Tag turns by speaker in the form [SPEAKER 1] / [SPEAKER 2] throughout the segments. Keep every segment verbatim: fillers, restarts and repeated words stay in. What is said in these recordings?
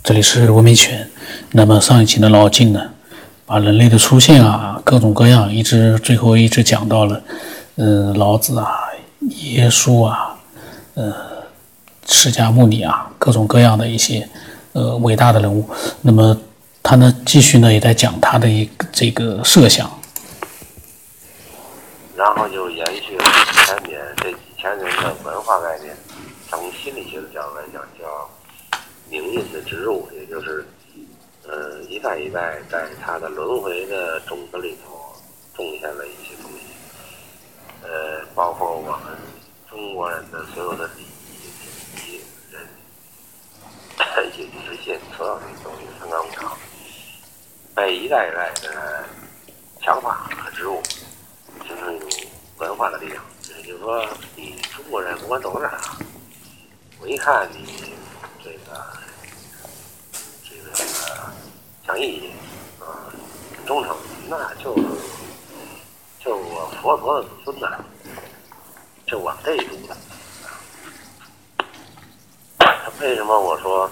[SPEAKER 1] 这里是文明犬。那么上一期的老晋呢，把人类的出现啊，各种各样，一直最后一直讲到了，呃，老子啊，耶稣啊，呃，释迦牟尼啊，各种各样的一些呃伟大的人物。那么他呢，继续呢也在讲他的一个这个设想，
[SPEAKER 2] 然后就延续了几千年这几千年的文化概念，从心理学的角度来讲，叫冥印的植入，也就是呃一代一代在它的轮回的种子里头种下了一些东西，呃，包括我们中国人的所有的礼仪、礼仪、人、也就是现所有的东西三纲五常，被一代一代的强化和植入，形成一种文化的力量。也就是说，你中国人不管走到哪儿啊，我一看你这个这个这个讲义气啊，忠诚，那就是就是我佛陀的子孙呐，就我们这一族的。为什么我说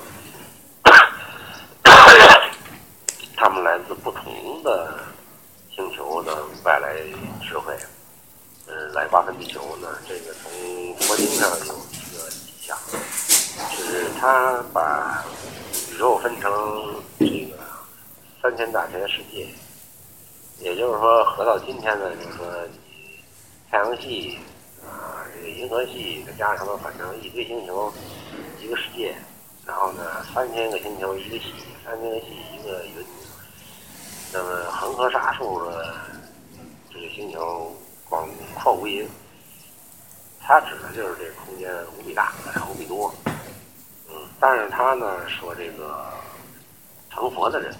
[SPEAKER 2] 他们来自不同的星球的外来智慧，嗯、呃，来瓜分地球呢？这个从佛经上有一个迹象，就是他把宇宙分成这个三千大千世界，也就是说，合到今天呢，就是说你太阳系啊，这个银河系再加上什么，反正一堆星球，一个世界，然后呢，三千个星球一个系，三千个系一个云。那么恒河沙数的这个星球广阔无垠，它指的就是这个空间无比大，无比多。嗯，但是他呢说这个成佛的人，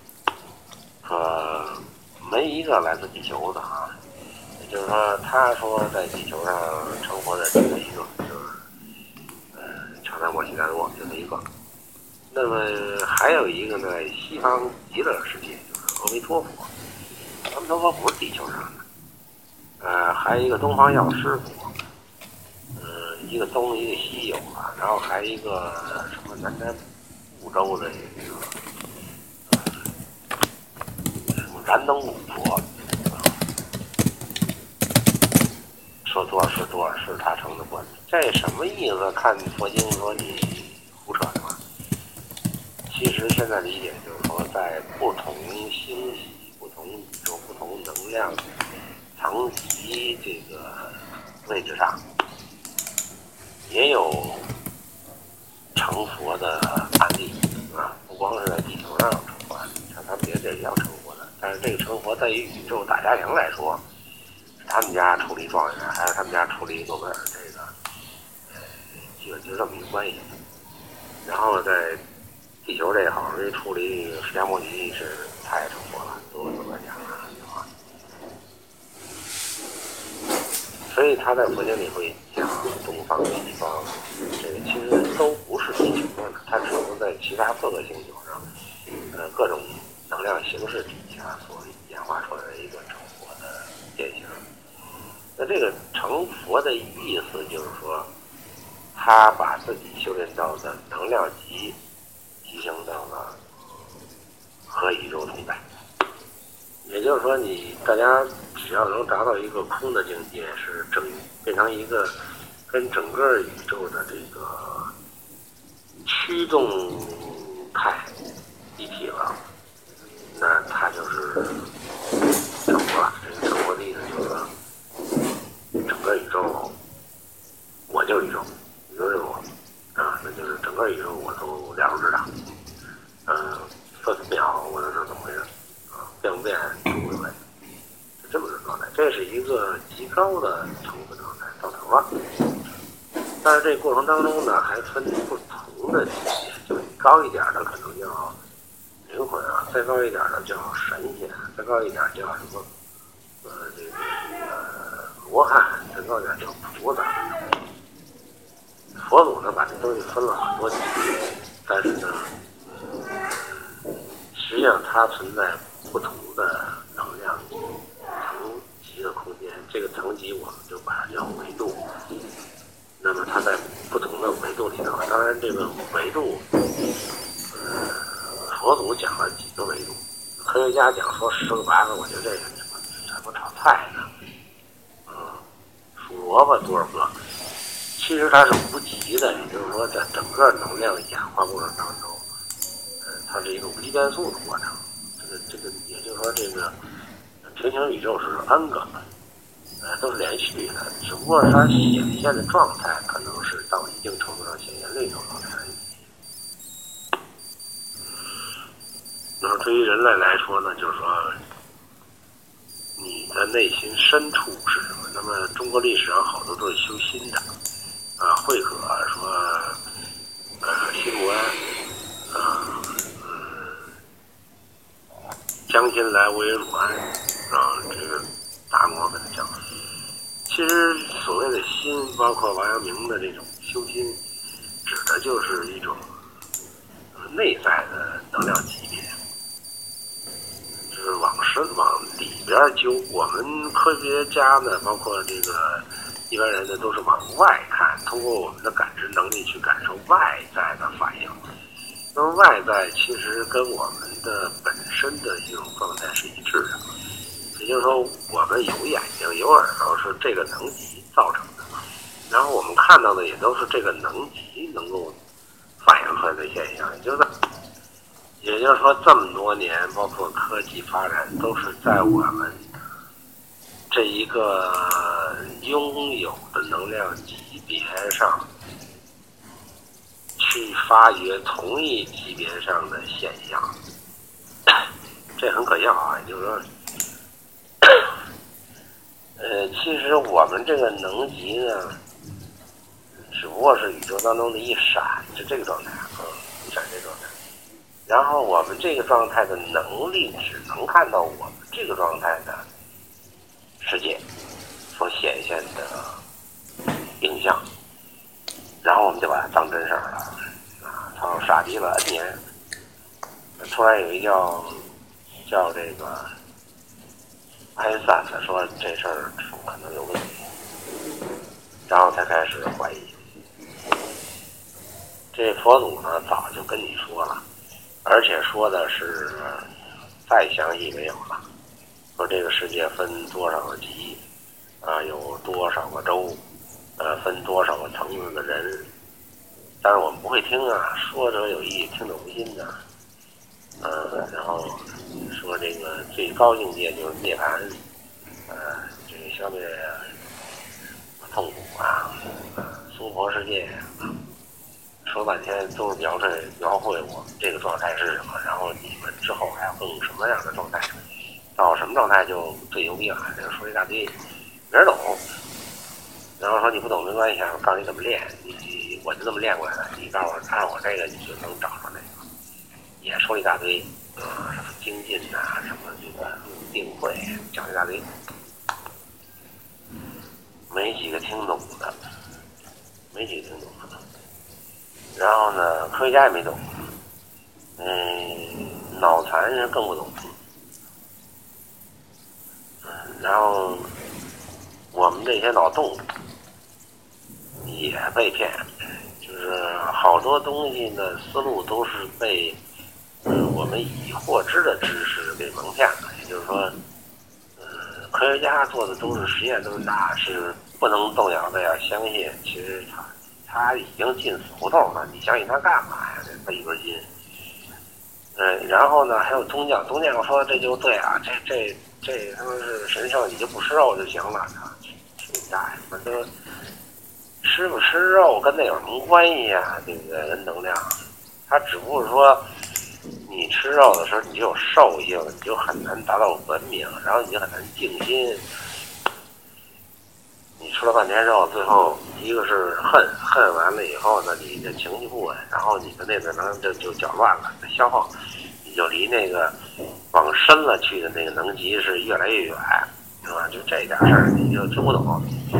[SPEAKER 2] 可没一个来自地球的啊。也就是说，他说在地球上成佛的只有一个，就是呃乔丹摩西南诺就这一个。那么还有一个呢，西方极乐世界。阿弥陀佛，阿弥陀佛不是地球上的，呃，还有一个东方药师佛，呃，一个东一个西有啊，然后还有一个什么南瞻部洲的一个，呃，什么燃灯古佛，说多少是多少是他成的佛，这什么意思？看佛经说你胡扯的嘛。其实现在理解就是说，在不同星系、不同宇宙、不同能量层级这个位置上，也有成佛的案例啊，不光是在地球上成佛，像他们别地也要成佛的。但是这个成佛对于宇宙大家庭来说，是他们家处理状元，还是他们家处理诺贝尔，这个呃，就就这么一个关系。然后在地球这好容易处理释迦牟尼是他也成佛了，多多个讲了，对吧？所以他在佛经里会讲东方西方，这个其实都不是地球上的，它只能在其他各个星球上，呃，各种能量形式底下所演化出来的一个成佛的典型。那这个成佛的意思就是说，他把自己修炼到的能量级提升到了和宇宙同在，也就是说，你大家只要能达到一个空的境界，是整变成一个跟整个宇宙的这个驱动态一体了，那它就是成佛了。这个成佛的意思就是说，整个宇宙我就是宇宙，宇宙就是我啊，那就是整个宇宙我都了如指掌。呃，分秒我都知道怎么回事啊，变不变无所谓，是这么个状态。这是一个极高的成佛状态，到头了。但是这个过程当中呢，还分不同的级别，就是高一点的可能叫灵魂啊，再高一点的叫神仙，再高一点叫什么呃这个呃罗汉，再高一点叫菩萨。佛祖呢把这东西分了很多级别，但是呢。实际上，它存在不同的能量层级的空间，这个层级我们就把它叫维度。那么它在不同的维度里头，当然这个维度，呃， 佛祖讲了几个维度，科学家讲说十个八个，我觉得这个怎么怎么炒菜呢？嗯，数萝卜多少个？其实它是无极的，也就是说，在整个能量演化过程当中，呃，它是一个无极变速的过程。这个这个，也就是说，这个平行宇宙是 N 个，呃，都是连续的，只不过它显现的状态可能是到一定程度上显现另一种状态而已。那么对于人类来说呢，就是说，你的内心深处是什么？那么中国历史上好多都是修心的。啊，慧可说，呃，心不安，啊，呃，将心来无为汝安，啊，这个达摩跟他讲。其实所谓的心，包括王阳明的这种修心，指的就是一种内在的能量级别，就是往深往里边揪。我们科学家呢，包括这个。一般人呢都是往外看，通过我们的感知能力去感受外在的反应。那么外在其实跟我们的本身的一种状态是一致的，也就是说，我们有眼睛有耳朵是这个能级造成的，然后我们看到的也都是这个能级能够反映出来的现象。也就是，也就是说，这么多年，包括科技发展，都是在我们这一个拥有的能量级别上去发掘同一级别上的现象，这很可笑啊！也就是说，呃，其实我们这个能级呢，只不过是宇宙当中的一闪，是这个状态啊，一闪这个状态。然后我们这个状态的能力只能看到我们这个状态的世界所显现的影像，然后我们就把它当真事儿了啊！操，傻逼了 N 年，突然有一叫叫这个爱因斯坦的说这事儿可能有问题，然后才开始怀疑。这佛祖呢早就跟你说了，而且说的是再详细没有了，说这个世界分多少个级啊，有多少个州，呃，分多少个层次的人，但是我们不会听啊，说者有意，听者无心的，呃，然后说这个最高境界就是涅槃，呃，这个消灭痛苦啊，呃，娑婆世界，说半天都是描述描绘我们这个状态是什么，然后你们之后还要更什么样的状态，到什么状态就最牛逼了，这个说一大堆。没人懂，然后说你不懂没关系，我告诉你怎么练，你你我就这么练过来的，你告诉我按我这个你就能找着那个，也说了一大堆，啊、呃，什么精进呐、啊，什么这个定慧，讲一大堆，没几个听懂的，没几个听懂的。然后呢，科学家也没懂，嗯，脑残人更不懂，嗯，然后。我们这些脑洞也被骗，就是好多东西呢，思路都是被呃我们已获知的知识给蒙骗了。也就是说，呃，科学家做的都是实验，都是那是不能动摇的呀。相信其实他他已经进死胡同了，你相信他干嘛呀？这他一根筋。嗯，然后呢，还有宗教，宗教说这就对啊，这这这他妈是神圣，你就不吃肉就行了。大爷，这吃不吃肉跟那有什么关系呀？这个人能量，它只不过说你吃肉的时候你就有兽性，你就很难达到文明，然后你就很难静心。你吃了半天肉，最后一个是恨，恨完了以后呢，你的情绪不稳，然后你的那个能量就就搅乱了，消耗，你就离那个往深了去的那个能级是越来越远。是吧？就这点事儿你就听不懂，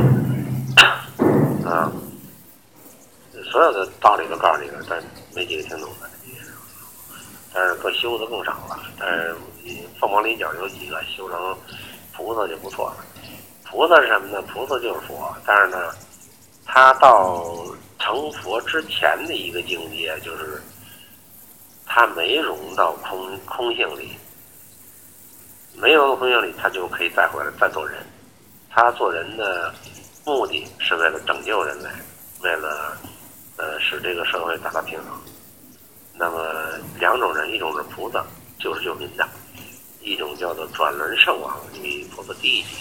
[SPEAKER 2] 啊，所有的道理都告诉你了，但没几个听懂的。但是可修的更少了。但是凤凰里角有几个修成菩萨就不错了。菩萨是什么呢？菩萨就是佛，但是呢，他到成佛之前的一个境界，就是它没融到空空性里，没融到空性里，它就可以再回来再做人。它做人的目的是为了拯救人类，为了呃使这个社会达到平衡。那么两种人，一种是菩萨，救世救民的；一种叫做转轮圣王，离菩萨第一级。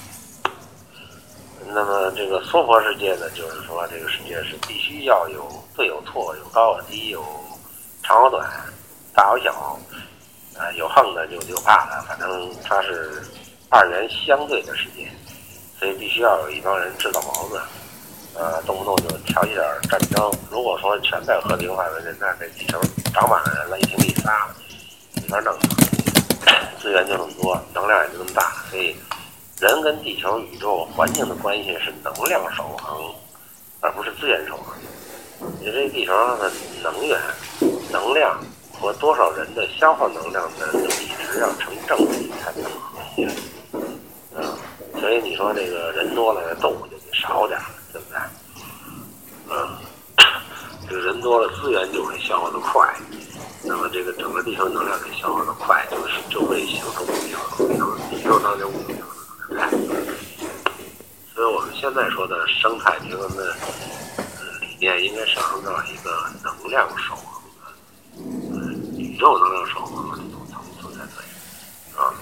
[SPEAKER 2] 那么这个娑婆世界呢，就是说这个世界是必须要有对有错，有高有低，有长有短，大有小，呃，有横的就有怕的，反正它是二元相对的世界，所以必须要有一帮人制造矛盾，呃，动不动就挑起点战争。如果说全在和平范围内，那这地球长满了人了，一平一仨，没法弄，资源就这么多，能量也就这么大，所以人跟地球、宇宙、环境的关系是能量守恒，而不是资源守恒。你这地球上的能源、能量和多少人的消耗能量的比值要成正比才能和谐。嗯，所以你说这个人多了，动物就得少点，对不对？嗯，这个人多了，资源就会消耗得快，那么这个整个地球能量也消耗得快，就是就会形成不平衡，宇宙当中不平衡。所以我们现在说的生态平衡的理念，应该上升到一个能量守恒的、呃、宇宙能量守恒的这种层次才可以啊。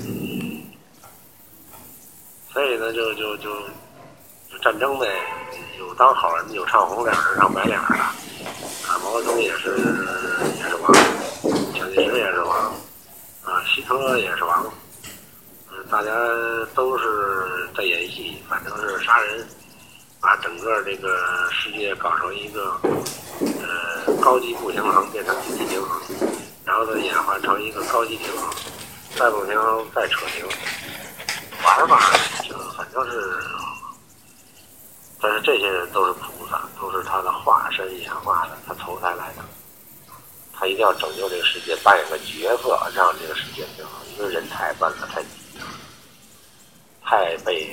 [SPEAKER 2] 所以呢，就就就就战争呗，有当好人的，有唱红脸的，唱白脸的。啊，毛泽东也是也是王，蒋介石也是王，啊，希特勒也是王。大家都是在演戏，反正是杀人，把整个这个世界搞成一个呃高级不平衡变成低级平衡，然后再演化成一个高级平衡，再不平衡再扯平，玩法就反正是，但是这些人都是菩萨，都是他的化身演化的，他投胎来的，他一定要拯救这个世界，扮演个角色，让这个世界平衡，因为人太笨了，太。太被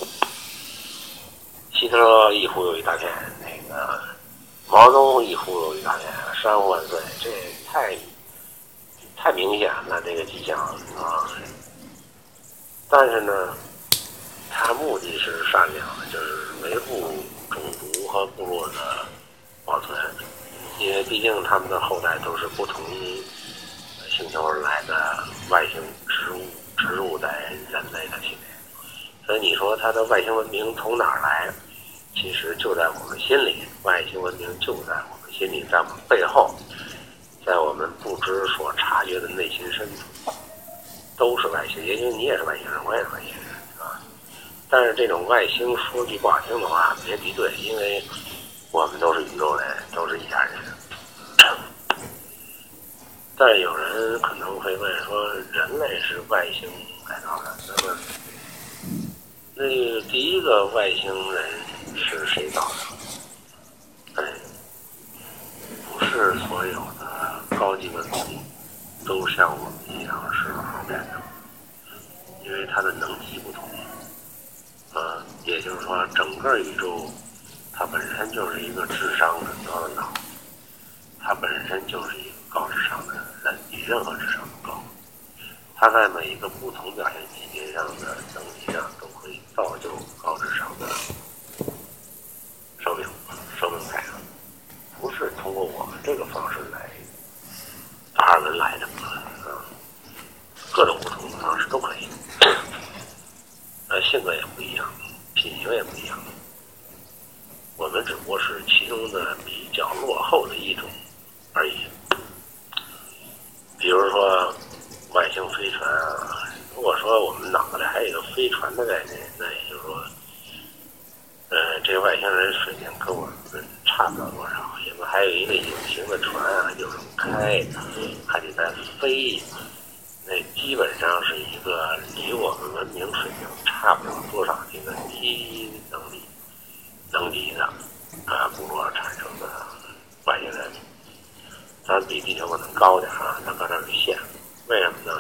[SPEAKER 2] 希特勒一忽悠一大片，那个毛泽东一忽悠一大片，山呼万岁，这太太明显了，这个迹象啊。但是呢，他目的是善良的，就是维护种族和部落的保存，因为毕竟他们的后代都是不同星球而来的外星植物植入在人类的体内。所以你说它的外星文明从哪儿来？其实就在我们心里，外星文明就在我们心里，在我们背后，在我们不知所察觉的内心深处，都是外星。也许你也是外星人，我也是外星人，啊。但是这种外星说句不好听的话，别敌对，因为我们都是宇宙人，都是一家人。但是有人可能会问说，人类是外星改造的，那么？那个第一个外星人是谁造的？哎，不是所有的高级文明都像我们一样是后天的，因为它的能级不同。呃，也就是说，整个宇宙它本身就是一个智商很高的脑，它本身就是一个高智商的人，比任何智商都高。它在每一个不同表现级别上的能力上都可以造就高智商的生命生命态，不是通过我们这个方式来达尔文来的，啊，各种不同的方式都可以，呃，性格也不一样，品行也不一样，我们只不过是其中的比较落后的一种而已。比如说外星飞船啊，如果说我们脑子里还有一个飞船的概念，那也就是说，呃，这外星人水平跟我们差不了多少，因为还有一个隐形的船啊，就是开，还得在飞，那基本上是一个离我们文明水平差不了多少的一个低能力能级的啊部落产生的外星人，当然比地球可能高点啊，它搁那儿有限。为什么呢？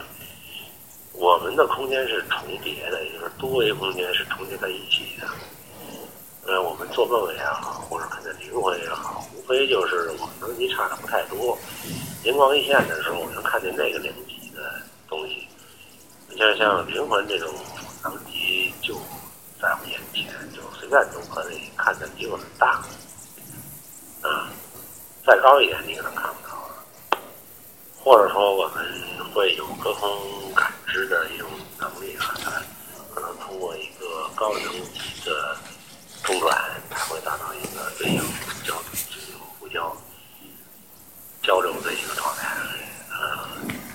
[SPEAKER 2] 我们的空间是重叠的，也就是多维空间是重叠在一起的。 呃，我们做梦也好，或者看见灵魂也好，无非就是我们能级差的不太多。灵光一现的时候，我能看见那个灵级的东西。就像灵魂这种能级，就在我眼前，就随便都可以看见比我们大。啊，再高一点你可能看不到了。或者说我们会有隔空感知的一种能力啊，它可能通过一个高能级的中转，它会达到一个对应交这种互交交流的一个状态。呃，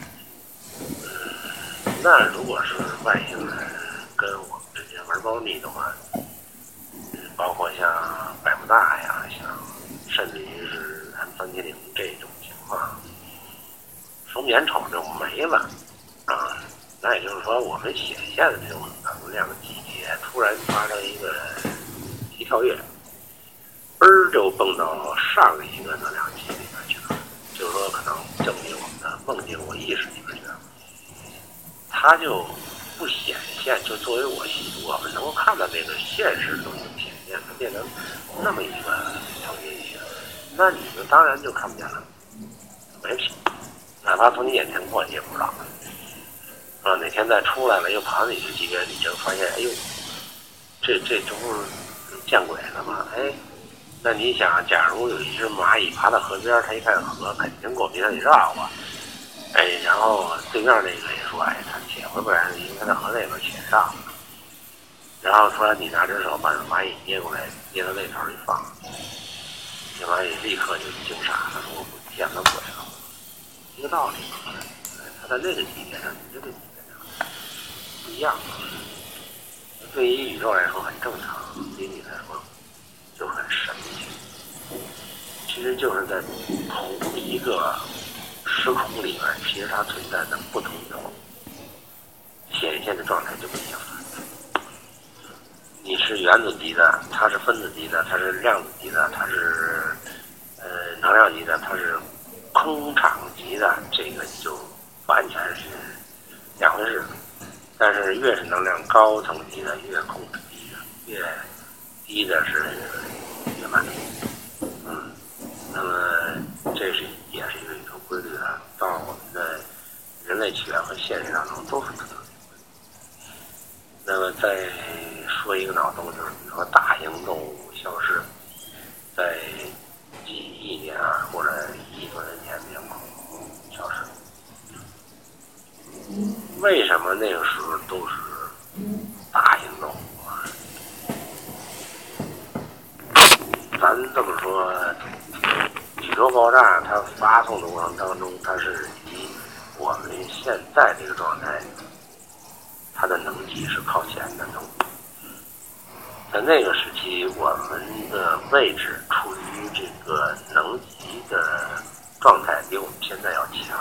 [SPEAKER 2] 嗯，那如果是外星人跟我们之间玩猫腻的话，包括像百慕大呀，像甚至于是 M 三七零这种情况，从眼瞅就没了啊。那也就是说，我们显现的这种能量集结突然发生一个一跳跃，嘣儿就蹦到上一个能量级里面去了，就是说可能证明我们的梦境我意识里面去了，它就不显现，就作为我我们能够看到这个现实的东西显现，它变成那么一个层级去，那你就当然就看不见了，没屁，哪怕从你眼前过你也不知道。啊，哪天再出来了又跑你这级别，你就发现，哎呦，这这这不是见鬼了吗？哎，那你想，假如有一只蚂蚁爬到河边，它一看河，肯定过鼻子里绕啊。哎，然后对面那个也说，哎，他且回不然，因为他在河那边且上。然后突然你拿只手把蚂蚁捏过来，捏到那头一放，这蚂蚁立刻就惊傻了，说我不见了鬼了，一个道理。它在那个级别上，你这个级别上不一样。对于宇宙来说很正常，对于你来说就很神奇。其实就是在同一个时空里面，其实它存在的不同的显现的状态就不一样了。你是原子级的，它是分子级的，它是量子级的，它是呃能量级的，它是空场级的，这个就完全是两回事。但是越是能量高层级的越控制低的，越低的是越慢。嗯，那么这是也是一个宇宙规律啊，到我们的人类起源和现实当中都是这样的。那么再说一个脑洞，就是比如说大型动物消失，在几亿年啊或者亿多年面孔消失。为什么那个时候都是大型动物啊？咱这么说，宇宙爆炸它发送的过程当中，它是离我们现在这个状态，它的能级是靠前的能。在那个时期，我们的位置处于这个能级的状态，比我们现在要强。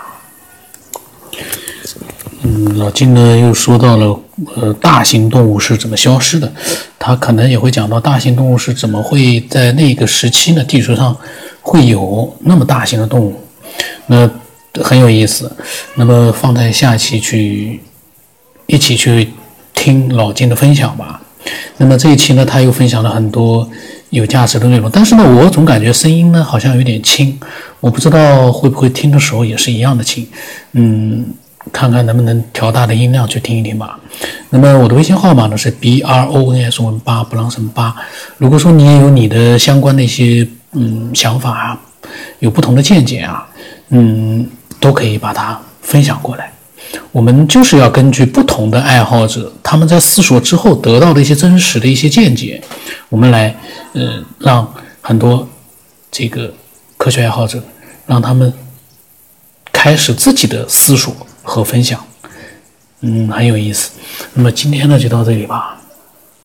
[SPEAKER 1] 嗯，老金呢又说到了，呃，大型动物是怎么消失的？他可能也会讲到大型动物是怎么会在那个时期呢？地球上会有那么大型的动物，那很有意思。那么放在下期去一起去听老金的分享吧。那么这一期呢，他又分享了很多有价值的内容，但是呢，我总感觉声音呢好像有点轻，我不知道会不会听的时候也是一样的轻。嗯。看看能不能调大的音量去听一听吧。那么我的微信号码呢是 B R O N S 八布朗森八。如果说你也有你的相关的一些嗯想法啊，有不同的见解啊，嗯，都可以把它分享过来。我们就是要根据不同的爱好者他们在思索之后得到的一些真实的一些见解，我们来呃让很多这个科学爱好者让他们开始自己的思索和分享，嗯，很有意思。那么今天呢就到这里吧。